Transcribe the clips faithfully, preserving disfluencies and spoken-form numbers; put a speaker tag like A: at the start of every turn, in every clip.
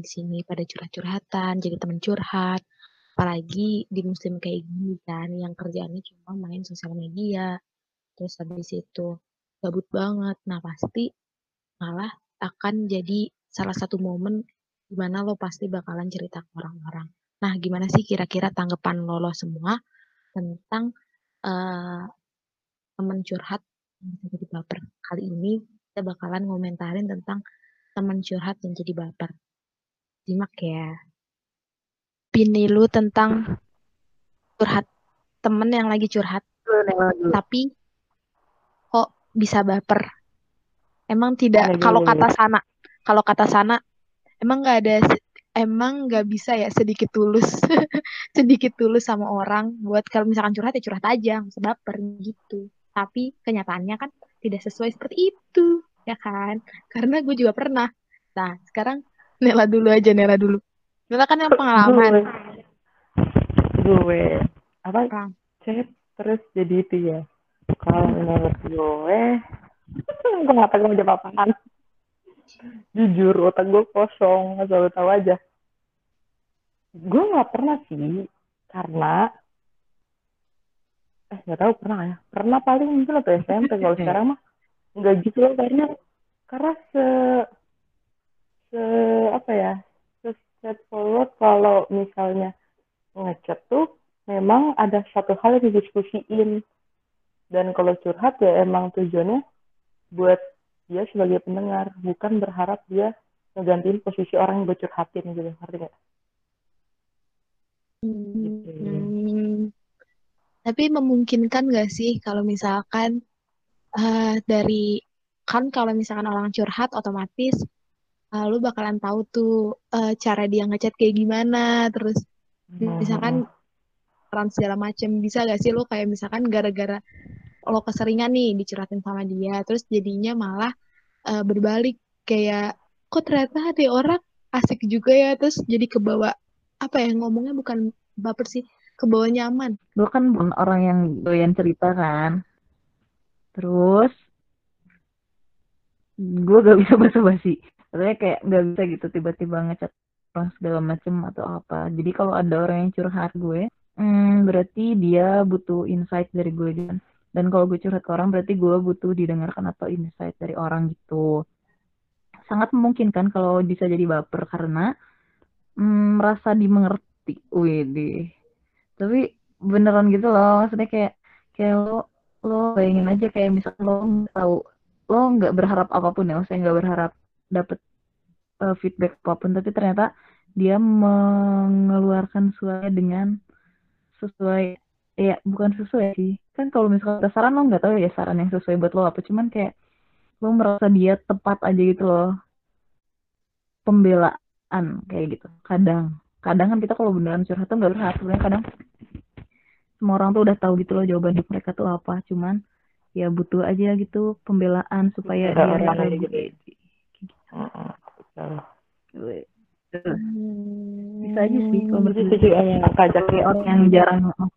A: di sini pada curhat-curhatan, jadi teman curhat. Apalagi di musim kayak gini kan, yang kerjaannya cuma main sosial media, terus habis itu gabut banget. Nah, pasti malah akan jadi salah satu momen di mana lo pasti bakalan cerita ke orang-orang. Nah, gimana sih kira-kira tanggapan lo, lo semua tentang eh, teman curhat yang bisa jadi baper? Kali ini kita bakalan ngomentarin tentang teman curhat yang jadi baper. Simak ya. Opini lu tentang curhat, temen yang lagi curhat,
B: Dulu Nela dulu.
A: tapi kok bisa baper? Emang
B: Oh,
A: tidak,
B: nih dulu
A: kalau
B: nih dulu.
A: kata sana, kalau kata sana, emang nggak ada, emang nggak bisa ya sedikit tulus, sedikit tulus sama orang buat kalau misalkan curhat ya curhat aja, nggak usah baper gitu. Tapi kenyataannya kan tidak sesuai seperti itu, ya kan? Karena gue juga pernah. Nah, sekarang Nela dulu aja, Nela dulu. Nela kan yang pengalaman.
B: Gue, gue apa
A: Orang.
B: chat terus jadi itu ya. Kalau menurut gue, gue nggak tahu mau jawab apaan. Jujur, otak gue kosong, nggak tahu tahu aja. Gue nggak pernah sih, karena eh nggak tahu pernah ya. Pernah paling mungkin waktu S M P. Kalau sekarang mah nggak gitu loh, kayaknya karena se se apa ya, se straightforward kalau misalnya ngechat tuh memang ada satu hal yang didiskusiin, dan kalau curhat ya emang tujuannya buat dia sebagai pendengar, bukan berharap dia ngegantiin posisi orang yang gue curhatin gitu, ngerti gak? Gitu.
A: Hmm, tapi memungkinkan gak sih kalau misalkan eh, dari, kan kalau misalkan orang curhat otomatis eh, lu bakalan tahu tuh eh, cara dia ngechat kayak gimana, terus misalkan peran segala macem, bisa gak sih lu kayak misalkan gara-gara lo keseringan nih dicurhatin sama dia, terus jadinya malah eh, berbalik kayak kok ternyata ada orang asik juga ya, terus jadi kebawa, apa ya ngomongnya, bukan baper sih, kebawa nyaman.
B: Gue kan bukan orang yang doyan cerita kan, terus gue gak bisa basa-basi, katanya kayak gak bisa gitu tiba-tiba ngechat orang segala macem atau apa. Jadi kalau ada orang yang curhat gue, hmm, berarti dia butuh insight dari gue, dan dan kalau gue curhat ke orang berarti gue butuh didengarkan atau insight dari orang gitu. Sangat memungkinkan kalau bisa jadi baper karena mm, merasa dimengerti. Wih deh, tapi beneran gitu loh, maksudnya kayak kayak lo lo bayangin aja kayak misal lo nggak tahu, lo nggak berharap apapun ya, saya nggak berharap dapet uh, feedback apapun, tapi ternyata dia mengeluarkan suara dengan sesuai, ya bukan sesuai sih, kan kalau misalnya ada saran lo nggak tahu ya saran yang sesuai buat lo apa, cuman kayak lo merasa dia tepat aja gitu loh, pembelaan kayak gitu. Kadang kadang kan kita kalau beneran curhat tuh nggak berharap sebenarnya, kadang semua orang tuh udah tahu gitu loh jawaban hidup mereka tuh apa, cuman ya butuh aja gitu pembelaan supaya Ada
A: Hmm.
B: dia
A: Hmm.
B: nggak
A: hmm.
B: ragu
A: hmm.
B: gitu. Gue- Tuh, bisa aja sih kalau
A: Hmm,
B: menurut
A: jadi
B: gue
A: setuju sama Kak
B: sebagai
A: Jaki.
B: orang yang jarang ngomong.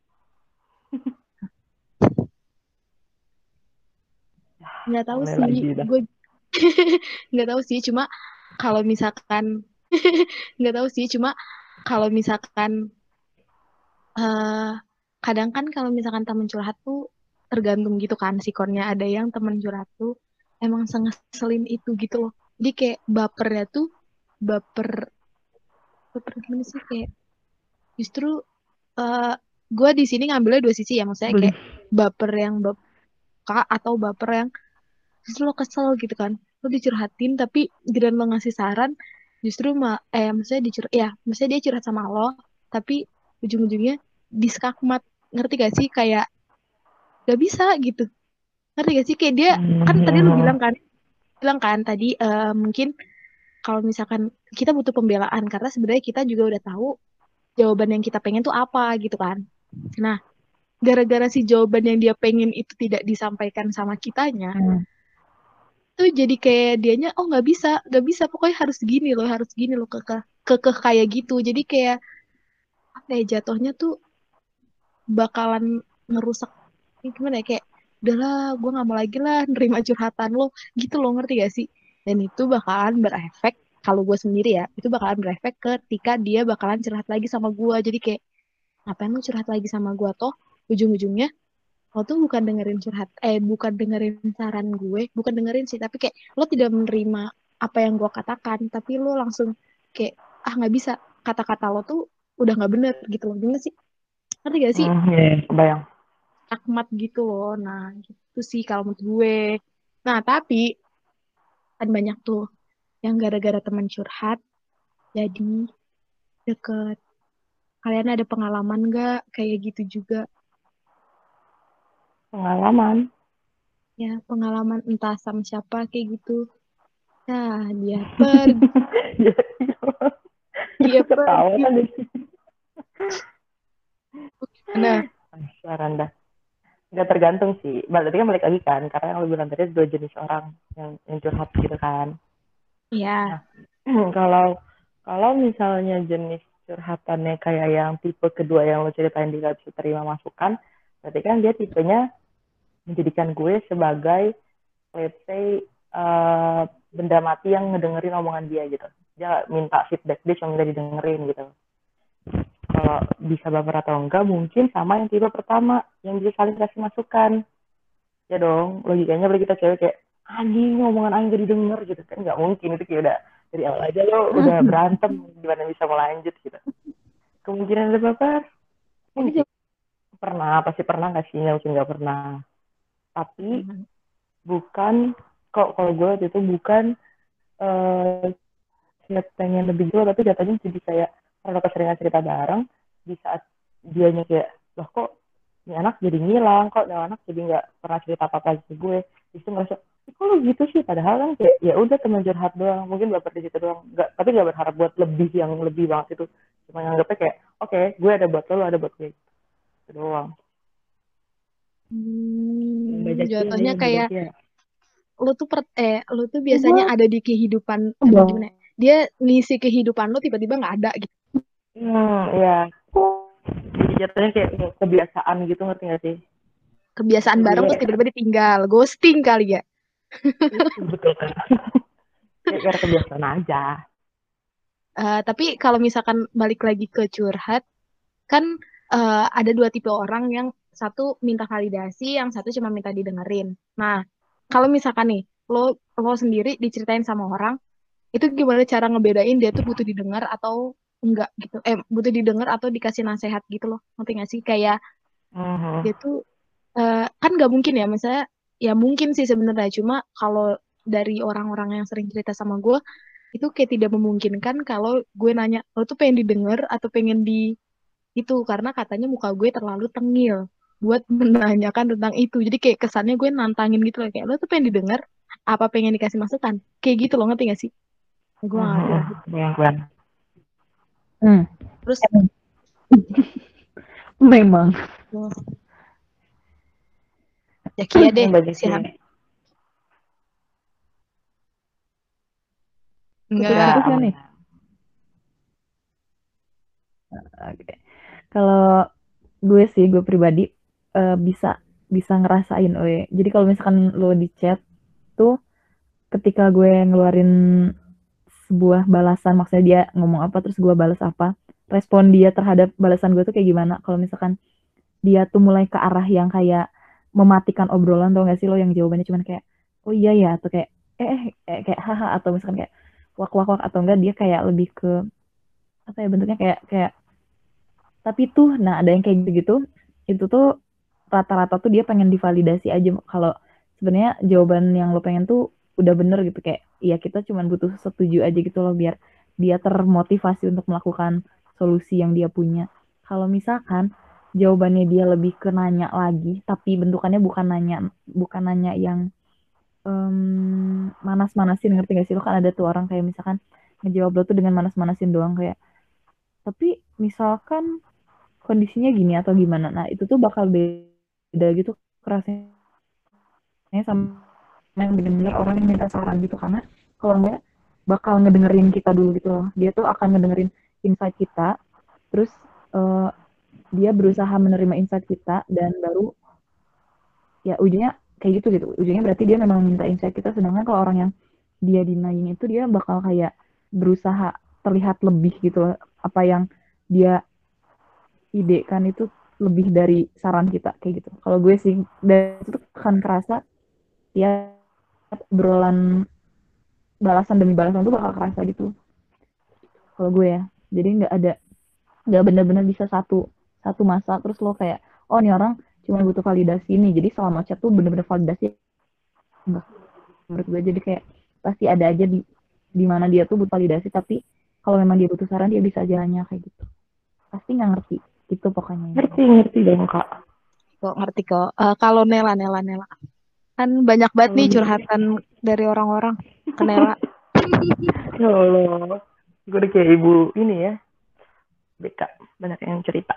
A: Nggak tahu
B: Mulai
A: sih,
B: lagi dah.
A: gue nggak tahu sih. Cuma kalau misalkan nggak tahu sih, cuma kalau misalkan eh, kadang kan kalau misalkan temen curhat tuh tergantung gitu kan sikonnya. Ada yang temen curhat tuh emang sengeselin itu gitu loh. Jadi kayak bapernya tuh baper, baper gimana sih, kayak justru eh gue di sini ngambilnya dua sisi ya, maksudnya
B: Beli.
A: kayak baper yang beka atau baper yang justru lo kesel gitu kan, lo dicurhatin tapi giliran lo ngasih saran justru mah eh maksudnya dicur ya maksudnya dia curhat sama lo tapi ujung-ujungnya diskakmat, ngerti gak sih, kayak gak bisa gitu, ngerti gak sih, kayak dia kan tadi lu
B: Hmm.
A: bilang kan, bilang kan tadi eh, mungkin kalau misalkan kita butuh pembelaan karena sebenarnya kita juga udah tahu jawaban yang kita pengen tuh apa gitu kan. Nah, gara-gara si jawaban yang dia pengen itu tidak disampaikan sama kitanya,
B: Hmm.
A: tuh jadi kayak dianya oh nggak bisa, nggak bisa, pokoknya harus gini loh, harus gini loh, kekeh kekeh kayak gitu. Jadi kayak apa ya, jatuhnya tuh bakalan ngerusak, ya gimana ya, kayak udahlah gue nggak mau lagi lah nerima curhatan lo gitu loh, ngerti gak sih, dan itu bakalan berefek kalau gue sendiri ya itu bakalan berefek ketika dia bakalan curhat lagi sama gue. Jadi kayak ngapain lu curhat lagi sama gue toh ujung-ujungnya lo tuh bukan dengerin curhat eh bukan dengerin saran gue, bukan dengerin sih tapi kayak lo tidak menerima apa yang gue katakan, tapi lo langsung kayak ah nggak bisa, kata-kata lo tuh udah nggak bener gitu loh, gimana sih, ngerti gak sih,
B: Hmm, iya, iya, kebayang.
A: akmat gitu loh. Nah gitu sih kalau menurut gue. Nah tapi kan banyak tuh yang gara-gara teman curhat jadi deket. Kalian ada pengalaman gak kayak gitu juga?
B: Pengalaman.
A: Ya pengalaman entah sama siapa kayak gitu. Nah, dia pergi,
B: Iya,
A: dia
B: ketawa
A: pergi.
B: kan.
A: Nah,
B: Penasaran dah. Nggak tergantung sih. Berarti kan balik lagi kan, karena yang lu bilang tadi ada dua jenis orang yang, yang curhat gitu kan.
A: ya,
B: Nah, kalau kalau misalnya jenis curhatannya kayak yang tipe kedua yang lo ceritain dia gak bisa terima masukan, berarti kan dia tipenya menjadikan gue sebagai let's say uh, benda mati yang ngedengerin omongan dia gitu. Dia minta feedback, dia cuma minta didengerin gitu. Kalau bisa baper atau enggak mungkin sama yang tipe pertama yang bisa saling kasih masukan. Ya dong, logikanya bagi kita cewek kayak anjing omongan anjing gak didengar gitu kan, nggak mungkin, itu kayak udah dari awal aja lo udah berantem, gimana bisa melanjut gitu. Kemungkinan ada baper
A: ini
B: mungkin pernah, pasti pernah, nggak sih, nggak mungkin nggak pernah. Tapi
A: jangan.
B: bukan, kok kalau gue waktu itu bukan uh, pengen lebih dulu, tapi jatuhnya jadi kayak karena keseringan cerita bareng, di saat dianya kayak loh kok ini anak jadi ngilang, kok ini anak jadi nggak pernah cerita apa-apa ke gue, itu ngerasa kok lu gitu sih, padahal kan kayak ya udah teman curhat doang, mungkin baper di situ doang, nggak, tapi nggak berharap buat lebih yang lebih banget itu, cuma nganggapnya kayak oke okay, gue ada buat lo, lo ada buat gue, itu doang. Yang
A: Hmm,
B: bajakin nih
A: jatuhnya
B: yang
A: kayak
B: bajakin.
A: lu tuh per, eh lu tuh biasanya
B: Enggak,
A: ada di kehidupan emang
B: enggak.
A: gimana ya? Dia ngisi kehidupan lu tiba-tiba nggak ada gitu.
B: Hmm, ya. Jadi jatuhnya kayak kebiasaan gitu, ngerti gak sih?
A: Kebiasaan
B: Kayak
A: bareng
B: gue,
A: terus tiba-tiba ditinggal, ghosting kali ya.
B: itu betul kan. Kayak karena kebiasaan aja.
A: Eh, tapi kalau misalkan balik lagi ke curhat, kan eh, ada dua tipe orang yang satu minta validasi, yang satu cuma minta didengerin. Nah, kalau misalkan nih lo lo sendiri diceritain sama orang, itu gimana cara ngebedain dia tuh butuh didengar atau enggak gitu, eh butuh didengar atau dikasih nasihat gitu loh, ngerti nggak sih, kayak
B: Mhm.
A: dia tuh eh, kan nggak mungkin ya misalnya, ya mungkin sih sebenarnya cuma kalau dari orang-orang yang sering cerita sama gue itu kayak tidak memungkinkan kalau gue nanya lo tuh pengen didengar atau pengen di itu, karena katanya muka gue terlalu tengil buat menanyakan tentang itu, jadi kayak kesannya gue nantangin gitu loh, kayak lo tuh pengen didengar apa pengen dikasih masukan, kayak gitu loh, ngerti gak sih, gue gak ngerti
B: Mhm.
A: lah.
B: Bayang-bayang. Hmm.
A: Terus
B: Memang.
A: oh, ya Kia deh
B: Yang banyak
A: siap,
B: kayak
A: enggak.
B: putus-putus kan nih. Oke. Kalau gue sih, gue pribadi eh, bisa bisa ngerasain, we. Jadi kalau misalkan lo di chat tuh, ketika gue ngeluarin sebuah balasan, maksudnya dia ngomong apa terus gue balas apa, respon dia terhadap balasan gue tuh kayak gimana. Kalau misalkan dia tuh mulai ke arah yang kayak mematikan obrolan, tau gak sih lo, yang jawabannya cuman kayak oh iya ya, atau kayak eh, eh, eh kayak haha, atau misalkan kayak wak wak wak, atau enggak dia kayak lebih ke apa ya, bentuknya kayak kayak tapi tuh, nah ada yang kayak gitu, itu tuh rata-rata tuh dia pengen divalidasi aja kalau sebenarnya jawaban yang lo pengen tuh udah bener gitu, kayak ya kita cuma butuh setuju aja gitu loh, biar dia termotivasi untuk melakukan solusi yang dia punya. Kalau misalkan jawabannya dia lebih ke nanya lagi, tapi bentukannya bukan nanya, bukan nanya yang em, manas-manasin, ngerti gak sih lo, kan ada tuh orang kayak misalkan ngejawab lo tuh dengan manas-manasin doang, kayak tapi misalkan kondisinya gini atau gimana. Nah, itu tuh bakal beda gitu kerasnya sama yang benar-benar orang yang minta saran gitu, karena kalau enggak bakal ngedengerin kita dulu gitu loh. Dia tuh akan ngedengerin insight kita, terus uh, dia berusaha menerima insight kita, dan baru ya ujungnya kayak gitu gitu. Ujungnya berarti dia memang minta insight kita, sedangkan kalau orang yang dia denying itu dia bakal kayak berusaha terlihat lebih gitu loh. Apa yang dia idekan itu lebih dari saran kita kayak gitu. Kalau gue sih, dan itu akan kerasa ya obrolan balasan demi balasan tuh bakal kerasa gitu kalau gue ya. Jadi nggak ada, nggak benar-benar bisa satu satu masa terus lo kayak, oh nih orang cuma butuh validasi nih, jadi selama chat tuh bener-bener validasi. Enggak, menurut gue jadi kayak pasti ada aja di di mana dia tuh butuh validasi, tapi kalau memang dia butuh saran dia bisa aja nanya kayak gitu, pasti nggak ngerti gitu pokoknya.
C: Ngerti, ngerti dong Kak.
A: Kok ngerti kok. Eh, kalau Nela, Nela, Nela. Kan banyak banget nih
C: Kalau
A: curhatan dari orang-orang ke Nela.
C: ya Allah, gue udah kayak ibu ini ya, B K, banyak yang cerita.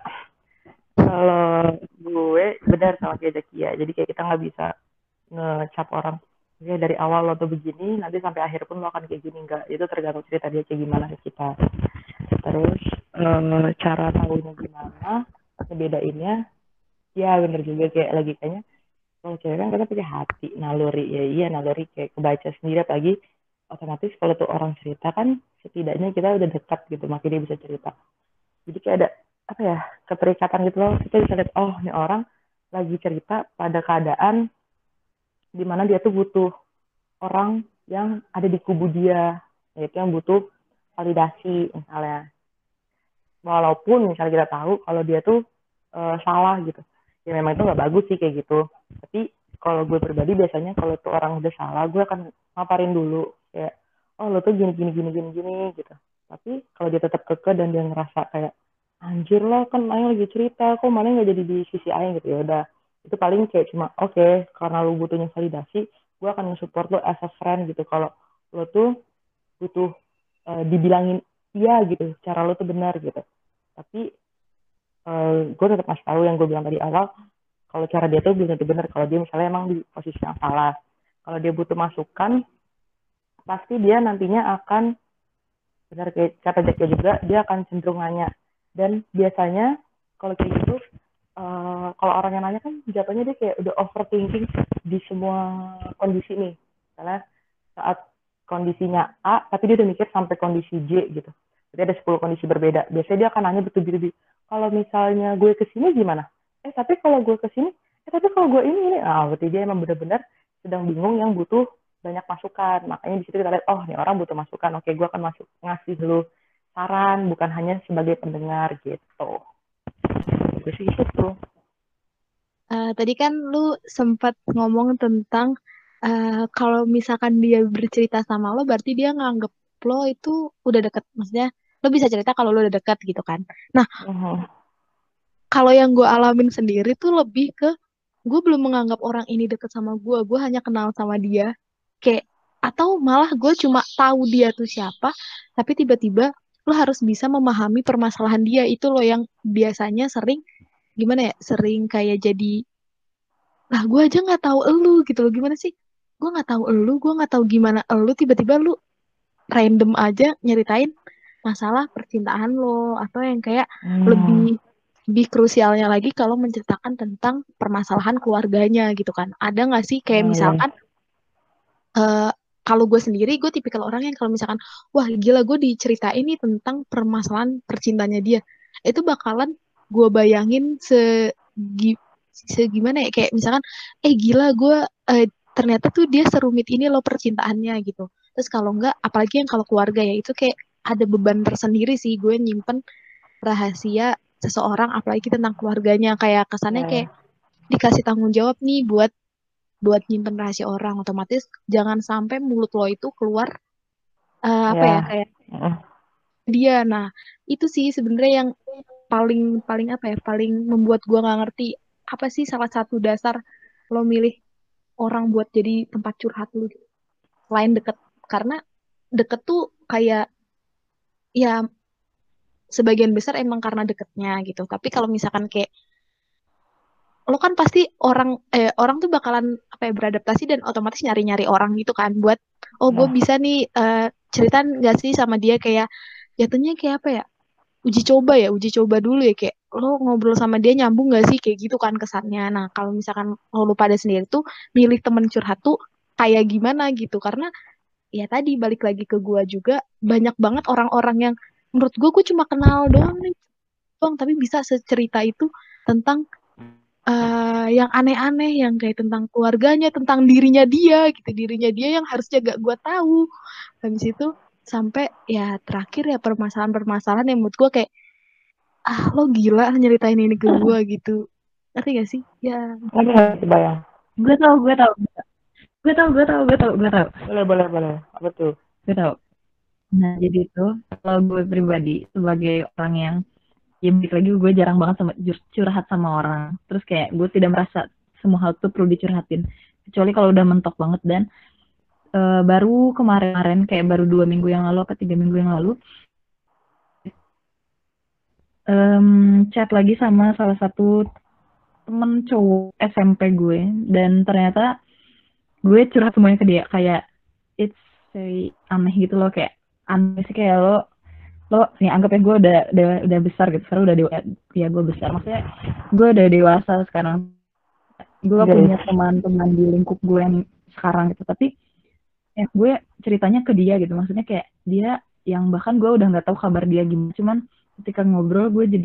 C: Kalau gue benar sama kayak Zakia, jadi kayak kita nggak bisa ngecap orang ya dari awal lo tuh begini, nanti sampai akhir pun lo akan kayak gini, enggak. Itu tergantung cerita dia kayak gimana ke kita. Terus eh, cara tahunya gimana, ngebedainnya, ya bener juga kayak lagi kayaknya kalau cewek kan kita pakai hati, naluri, ya iya naluri kayak kebaca sendiri, apalagi otomatis kalau tuh orang cerita kan setidaknya kita udah dekat gitu, makin dia bisa cerita. Jadi kayak ada apa ya, keterikatan gitu loh, kita bisa lihat oh nih orang lagi cerita pada keadaan dimana dia tuh butuh orang yang ada di kubu dia, yaitu yang butuh validasi misalnya, walaupun misalnya kita tahu kalau dia tuh uh, salah gitu, ya memang itu nggak bagus sih kayak gitu. Tapi kalau gue pribadi biasanya kalau tuh orang udah salah, gue akan ngaparin dulu kayak, oh lo tuh gini gini gini gini gini gitu. Tapi kalau dia tetap keke dan dia ngerasa kayak anjir lo kan main lagi cerita, kok mana nggak jadi di sisi aing gitu, ya udah itu paling kayak cuma oke okay, karena lo butuhnya validasi, gue akan support lo as a friend gitu. Kalau lo tuh butuh uh, dibilangin iya gitu, cara lo tuh benar gitu. Tapi uh, gue tetap masih tahu yang gue bilang tadi awal, kalau cara dia tuh belum tentu benar. Kalau dia misalnya emang di posisi yang salah, kalau dia butuh masukan, pasti dia nantinya akan, benar kayak kata Jack juga, dia akan cenderung nanya. Dan biasanya kalau kayak gitu, uh, kalau orang yang nanya kan jatuhnya dia kayak udah overthinking di semua kondisi nih. Misalnya saat kondisinya A, tapi dia udah mikir sampai kondisi J gitu. Jadi ada sepuluh kondisi berbeda. Biasanya dia akan nanya bertubi-tubi, kalau misalnya gue kesini gimana? Eh tapi kalau gue kesini, eh tapi kalau gue ini, ini. Nah, berarti dia emang benar-benar sedang bingung yang butuh banyak masukan. Makanya di situ kita lihat, oh nih orang butuh masukan. Oke, gue akan masuk ngasih lu saran, bukan hanya sebagai pendengar gitu. Gue sih itu.
A: Uh, tadi kan lu sempat ngomong tentang uh, kalau misalkan dia bercerita sama lo, berarti dia nganggep lo itu udah deket. Maksudnya lo bisa cerita kalau lo udah deket gitu kan. Nah,
C: Uh-huh.
A: kalau yang gue alamin sendiri tuh lebih ke gue belum menganggap orang ini deket sama gue. Gue hanya kenal sama dia. Kayak, atau malah gue cuma tahu dia tuh siapa, tapi tiba-tiba lo harus bisa memahami permasalahan dia. Itu lo yang biasanya sering, gimana ya, sering kayak jadi, lah gue aja nggak tahu elu gitu loh, gimana sih, gue nggak tahu elu, gue nggak tahu gimana elu, tiba-tiba lu random aja nyeritain masalah percintaan lo, atau yang kayak
C: Hmm.
A: lebih lebih krusialnya lagi kalau menceritakan tentang permasalahan keluarganya gitu kan. Ada nggak sih kayak
C: Oh,
A: misalkan uh, kalau gue sendiri, gue tipikal orang yang kalau misalkan wah gila gue diceritain nih tentang permasalahan percintaannya dia, itu bakalan gue bayangin segi segimana ya, kayak misalkan eh gila gue eh, ternyata tuh dia serumit ini loh percintaannya gitu. Terus kalau enggak, apalagi yang kalau keluarga ya, itu kayak ada beban tersendiri sih gue nyimpen rahasia seseorang, apalagi tentang keluarganya, kayak kesannya
C: yeah.
A: kayak dikasih tanggung jawab nih buat buat nyimpen rahasia orang. Otomatis jangan sampai mulut lo itu keluar uh, apa
C: Yeah.
A: ya kayak
C: Uh-uh.
A: dia. Nah itu sih sebenarnya yang paling paling apa ya, paling membuat gue nggak ngerti apa sih salah satu dasar lo milih orang buat jadi tempat curhat lu gitu. Selain deket, karena deket tuh kayak ya sebagian besar emang karena deketnya gitu. Tapi kalau misalkan kayak lo kan pasti orang eh orang tuh bakalan apa ya, beradaptasi dan otomatis nyari-nyari orang gitu kan buat oh gue
C: Nah.
A: bisa nih uh, cerita nggak sih sama dia, kayak jatuhnya kayak apa ya, uji coba ya, uji coba dulu ya, kayak lo ngobrol sama dia nyambung nggak sih kayak gitu kan kesannya. Nah kalau misalkan lo, lo pada sendiri tuh milih temen curhat tuh kayak gimana gitu, karena ya tadi balik lagi ke gue juga, banyak banget orang-orang yang menurut gue gue cuma kenal doang nih doang, tapi bisa secerita itu tentang uh, yang aneh-aneh, yang kayak tentang keluarganya, tentang dirinya dia gitu, dirinya dia yang harusnya gak gue tahu. Habis itu sampai ya terakhir ya permasalahan-permasalahan yang menurut gue kayak, ah lo gila nyeritain ini ke gue gitu, ngerti gak sih? Ya
C: Ngerti nggak sih, Bayang?
B: Gue tau, gue tau, gue tau, gue tau, gue tau, gue tau,
C: Boleh, boleh, boleh. Apa tuh?
B: gue tau. Nah, jadi tuh kalau gue pribadi sebagai orang yang ya balik lagi gue jarang banget sama jur- curhat sama orang. Terus kayak gue tidak merasa semua hal tuh perlu dicurhatin. Kecuali kalau udah mentok banget dan eh, baru kemarin-kemarin kayak baru dua minggu yang lalu atau tiga minggu yang lalu em, chat lagi sama salah satu temen cowok S M P gue dan ternyata gue curhat semuanya ke dia kayak it's very aneh gitu loh, kayak aneh sih, kayak lo lo nih anggapnya gue udah, udah udah besar gitu sekarang, udah dewa ya, gue besar maksudnya gue udah dewasa sekarang, gue
C: Guys,
B: punya teman-teman di lingkup gue yang sekarang gitu, tapi ya gue ceritanya ke dia gitu, maksudnya kayak dia yang bahkan gue udah nggak tahu kabar dia gimana, cuman ketika ngobrol gue jadi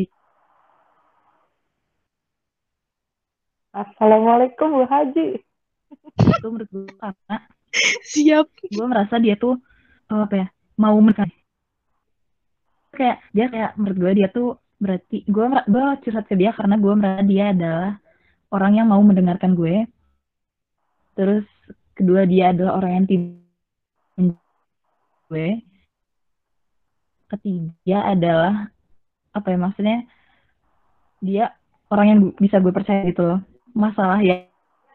C: Assalamualaikum Bu Haji.
B: itu menurut gue karena
A: siap.
B: gue merasa dia tuh eh, apa ya mau menekan, kayak dia kayak menurut gue dia tuh berarti gue mer- gue curhat ke dia karena gue merasa dia adalah orang yang mau mendengarkan gue, terus kedua dia adalah orang yang tidak gue, ketiga adalah apa ya maksudnya dia orang yang bisa gue percaya gitu loh. Masalah yang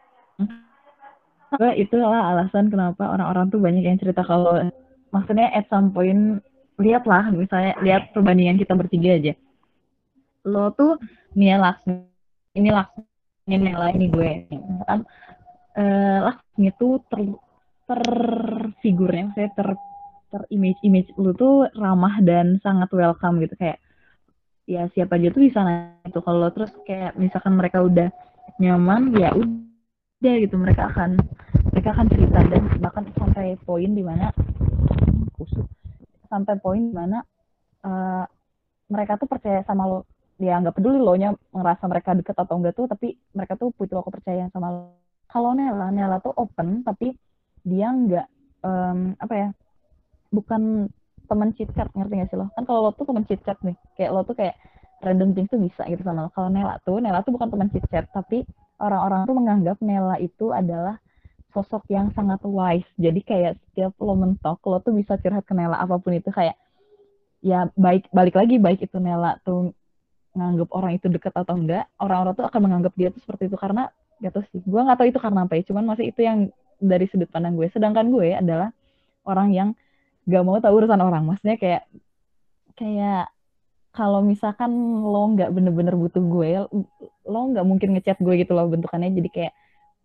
B: gue itulah alasan kenapa orang-orang tuh banyak yang cerita kalau maksudnya at some point lihatlah misalnya lihat perbandingan kita bertiga aja, lo tuh nih Laksmi, ini Laksmi, ini yang lain nih gue kan, eh, Laksmi tuh ter terfigurnya saya ter ter image image lu tuh ramah dan sangat welcome gitu, kayak ya siapa aja tuh bisa nanya itu kalau terus kayak misalkan mereka udah nyaman ya udah gitu, mereka akan mereka akan cerita dan bahkan sampai poin dimana kusut sampai poin dimana uh, mereka tuh percaya sama lo, dia nggak peduli lo nya ngerasa mereka deket atau enggak tuh, tapi mereka tuh butuh aku percaya sama lo. Kalau Nela Nela tuh open tapi dia nggak um, apa ya bukan teman chit chat, ngerti gak sih lo? Kan kalau lo tuh teman chit chat nih, kayak lo tuh kayak random things tuh bisa gitu sama lo. Kalau Nela tuh, Nela tuh bukan teman chit chat, tapi orang-orang tuh menganggap Nela itu adalah sosok yang sangat wise. Jadi kayak setiap lo mentok, lo tuh bisa curhat ke Nela apapun itu, kayak ya baik balik lagi baik itu Nela tuh nganggap orang itu dekat atau enggak, orang-orang tuh akan menganggap dia tuh seperti itu karena gak tau sih. Gue nggak tahu itu karena apa ya, cuman masih itu yang dari sudut pandang gue. Sedangkan gue adalah orang yang gak mau tahu urusan orang, maksudnya kayak kayak kalau misalkan lo nggak bener-bener butuh gue, lo nggak mungkin ngechat gue gitu loh bentukannya, jadi kayak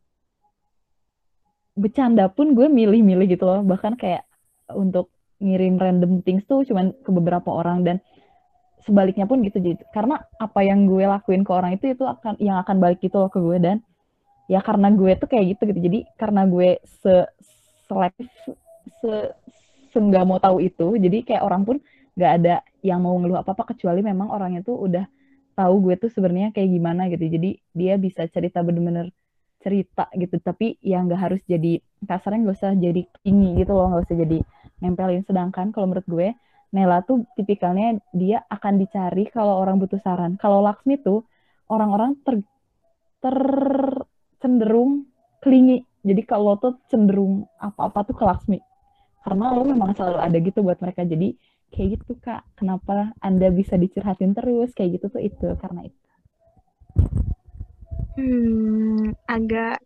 B: bercanda pun gue milih-milih gitu loh, bahkan kayak untuk ngirim random things tuh cuman ke beberapa orang dan sebaliknya pun gitu, jadi karena apa yang gue lakuin ke orang itu itu akan yang akan balik gitu loh ke gue, dan ya karena gue tuh kayak gitu gitu, jadi karena gue se selektif se se nggak mau tahu itu, jadi kayak orang pun nggak ada yang mau ngeluh apa apa kecuali memang orangnya tuh udah tahu gue tuh sebenarnya kayak gimana gitu, jadi dia bisa cerita bener-bener cerita gitu, tapi ya nggak harus jadi kasarnya, nggak usah jadi tinggi gitu loh, nggak usah jadi nempelin. Sedangkan kalau menurut gue Nela tuh tipikalnya dia akan dicari kalau orang butuh saran. Kalau Laksmi tuh orang-orang ter ter cenderung klingi. Jadi kalau tuh cenderung apa-apa tuh ke Laksmi. Karena lo memang selalu ada gitu buat mereka. Jadi kayak gitu Kak, kenapa Anda bisa dicurhatin terus kayak gitu tuh itu karena itu.
A: Hmm, agak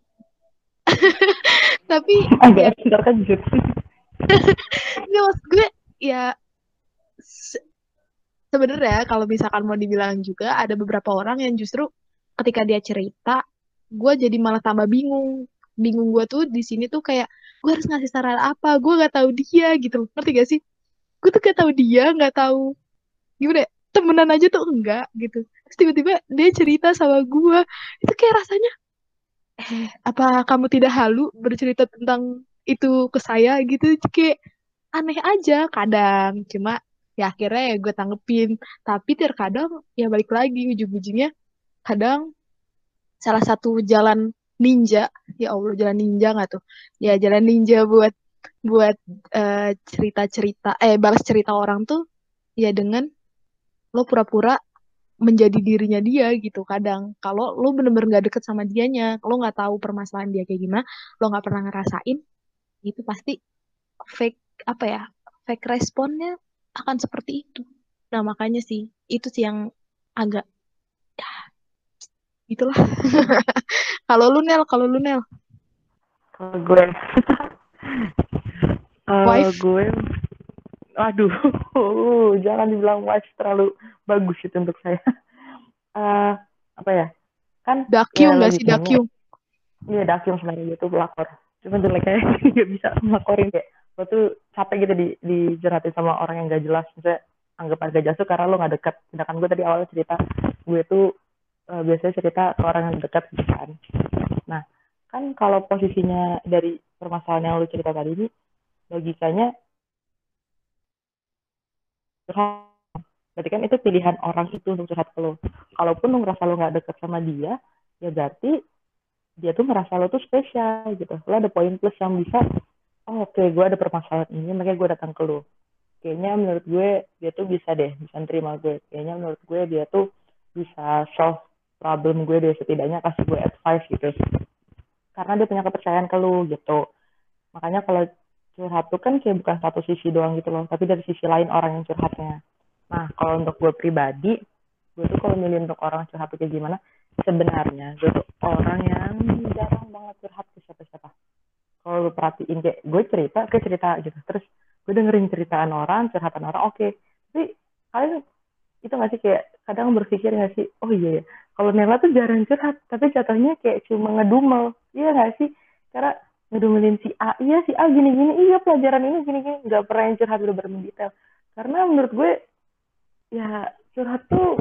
A: tapi ya
C: agak terkejut.
A: nggak, maksud gue ya se- sebenarnya kalau misalkan mau dibilang juga ada beberapa orang yang justru ketika dia cerita gue jadi malah tambah bingung bingung gue tuh di sini tuh kayak gue harus ngasih saran apa, gue nggak tahu dia gitu, ngerti gak sih? Gue tuh gak tahu dia, nggak tahu gimana ya, temenan aja tuh enggak gitu, terus tiba-tiba dia cerita sama gue, itu kayak rasanya, eh apa kamu tidak halu bercerita tentang itu ke saya gitu, kayak aneh aja kadang. Cuma ya akhirnya ya gue tanggepin. Tapi terkadang ya balik lagi ujung-ujungnya kadang salah satu jalan ninja, ya Allah jalan ninja nggak tuh? Ya jalan ninja buat buat eh, cerita-cerita, eh balas cerita orang tuh ya dengan lo pura-pura menjadi dirinya dia gitu. Kadang kalau lo bener-bener nggak deket sama dianya, lo nggak tahu permasalahan dia kayak gimana, lo nggak pernah ngerasain, itu pasti fake apa ya? Fake responnya akan seperti itu. Nah makanya sih itu sih yang agak itulah. Kalau lu Nel, kalau lu Nel,
C: Kalau gue, kalau
A: wife
C: gue, aduh, jangan dibilang wife terlalu bagus itu untuk saya. Eh, apa ya? Kan
A: dakyung
C: ya
A: nggak sih
C: logikanya,
A: dakyung?
C: iya dakyung sebenarnya dia tuh pelakor. Cuma jeleknya nggak bisa melakorin kayak lo tuh capek gitu di dijeratin sama orang yang gak jelas. Misalnya anggap aja gak jelas tuh karena lo gak dekat. Sedangkan gue tadi awalnya cerita gue tuh eh, biasanya cerita ke orang yang dekat gitu kan. Nah, kan kalau posisinya dari permasalahan yang lo cerita tadi ini, logikanya berarti kan itu pilihan orang itu untuk curhat ke lo. Kalaupun lo ngerasa lo gak deket sama dia, ya berarti dia tuh ngerasa lo tuh spesial gitu. Lo ada poin plus yang bisa, oh oke okay, gue ada permasalahan ini, makanya gue datang ke lo. Kayaknya menurut gue dia tuh bisa deh, bisa terima gue. Kayaknya menurut gue dia tuh bisa solve problem gue deh, setidaknya kasih gue advice gitu. Karena dia punya kepercayaan ke lo gitu. Makanya kalau curhat tuh kan kayak bukan satu sisi doang gitu loh, tapi dari sisi lain orang yang curhatnya. Nah, kalau untuk gue pribadi, gue tuh kalau milih untuk orang curhat tuh kayak gimana, sebenarnya gue tuh orang yang jarang banget curhat ke siapa-siapa. Kalau gue perhatiin kayak gue cerita, kayak cerita gitu. Terus gue dengerin ceritaan orang, curhatan orang, oke. Okay. Tapi kalian itu nggak sih kayak kadang berpikir nggak sih, oh iya ya, kalau Nela tuh jarang curhat, tapi jatuhnya kayak cuma ngedumel. Iya nggak sih? Karena ngedumelin si A, iya si A gini-gini, iya pelajaran ini gini-gini, nggak pernah yang curhat udah mendetail. Karena menurut gue, ya curhat tuh,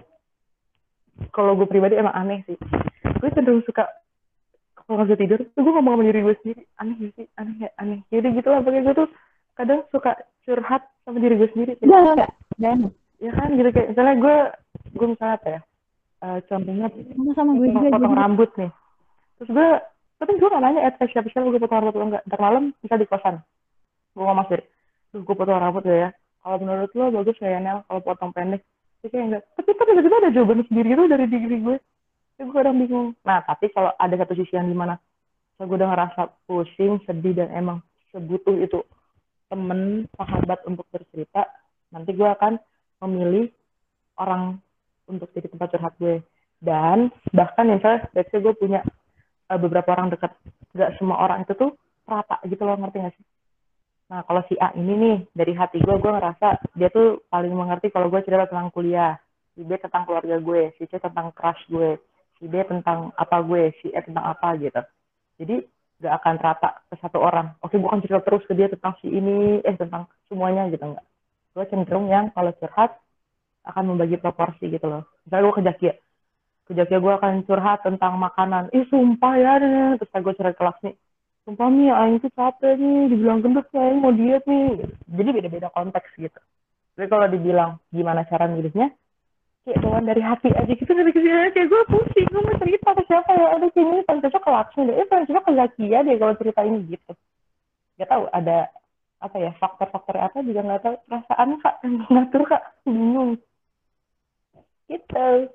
C: kalau gue pribadi emang aneh sih. Gue cenderung suka, kalau nggak bisa tidur, tuh gue ngomong sama diri gue sendiri, aneh gak sih, aneh gak, aneh. Jadi gitu lah, pokoknya gue tuh kadang suka curhat sama diri gue sendiri. Kayak,
B: Enggak, enggak, enggak.
C: ya kan gitu, kayak misalnya gue, gue misalnya apa ya, uh, contohnya
B: Sama sama gue
C: potong,
B: juga, gue
C: potong
B: juga.
C: rambut nih. Terus gue, tapi gue gak nanya advice siapa-siapa gue potong rambut atau enggak. Ntar malam bisa di kosan. Gue ngomong sendiri, tuh gue potong rambut ya. Kalau menurut lo bagus ya Nel, kalau potong pendek. Tapi kayak enggak. Tapi tapi tiba-tiba ada jawaban sendiri tuh dari diri gue. Ya gue kadang bingung. Nah tapi kalau ada satu sisi yang dimana, so gue udah ngerasa pusing, sedih, dan emang sebutuh itu temen, sahabat untuk bercerita, nanti gue akan memilih orang untuk jadi tempat curhat gue. Dan bahkan misalnya, let's say gue punya uh, beberapa orang dekat, gak semua orang itu tuh rata gitu loh, ngerti gak sih? Nah kalau si A ini nih, dari hati gue, gue ngerasa dia tuh paling mengerti kalau gue cerita tentang kuliah, si B tentang keluarga gue, si C tentang crush gue, si D tentang apa gue, si E tentang apa gitu. Jadi gak akan rata ke satu orang. Oke, gue akan cerita terus ke dia tentang si ini, eh tentang semuanya gitu, enggak. Gue cenderung yang kalau curhat akan membagi proporsi gitu loh. Misalnya gue ke Jakia, ke Jakia gue akan curhat tentang makanan. Ih sumpah ya, terus gue curhat kelas nih. Sumpah nih, Aing tuh capek nih, dibilang gendut nih, Aing mau diet nih. Jadi beda-beda konteks gitu. Tapi kalau dibilang gimana cara milihnya, kayak bawaan dari hati aja gitu, dari kesini aja kayak gue pusing, gue mau cerita ke siapa ya, ada sini paling cocok ke Laksmi deh, eh paling cocok ke Zakia deh kalau cerita ini gitu. Gak tahu ada apa ya, faktor-faktor apa juga nggak tahu, perasaan kak yang ngatur kak, bingung gitu.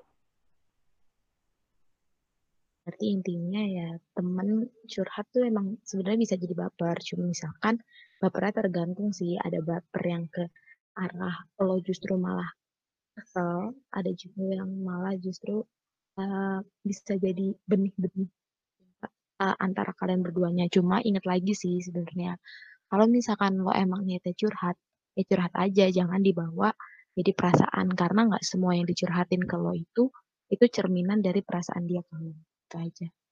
A: Berarti intinya ya temen curhat tuh emang sebenarnya bisa jadi baper. Cuma misalkan bapernya tergantung sih. Ada baper yang ke arah lo justru malah kesel. Ada juga yang malah justru uh, bisa jadi benih-benih uh, antara kalian berduanya. Cuma ingat lagi sih sebenarnya. Kalau misalkan lo emang niatnya curhat, ya curhat aja. Jangan dibawa jadi perasaan. Karena nggak semua yang dicurhatin ke lo itu, itu cerminan dari perasaan dia ke lo. Itu aja.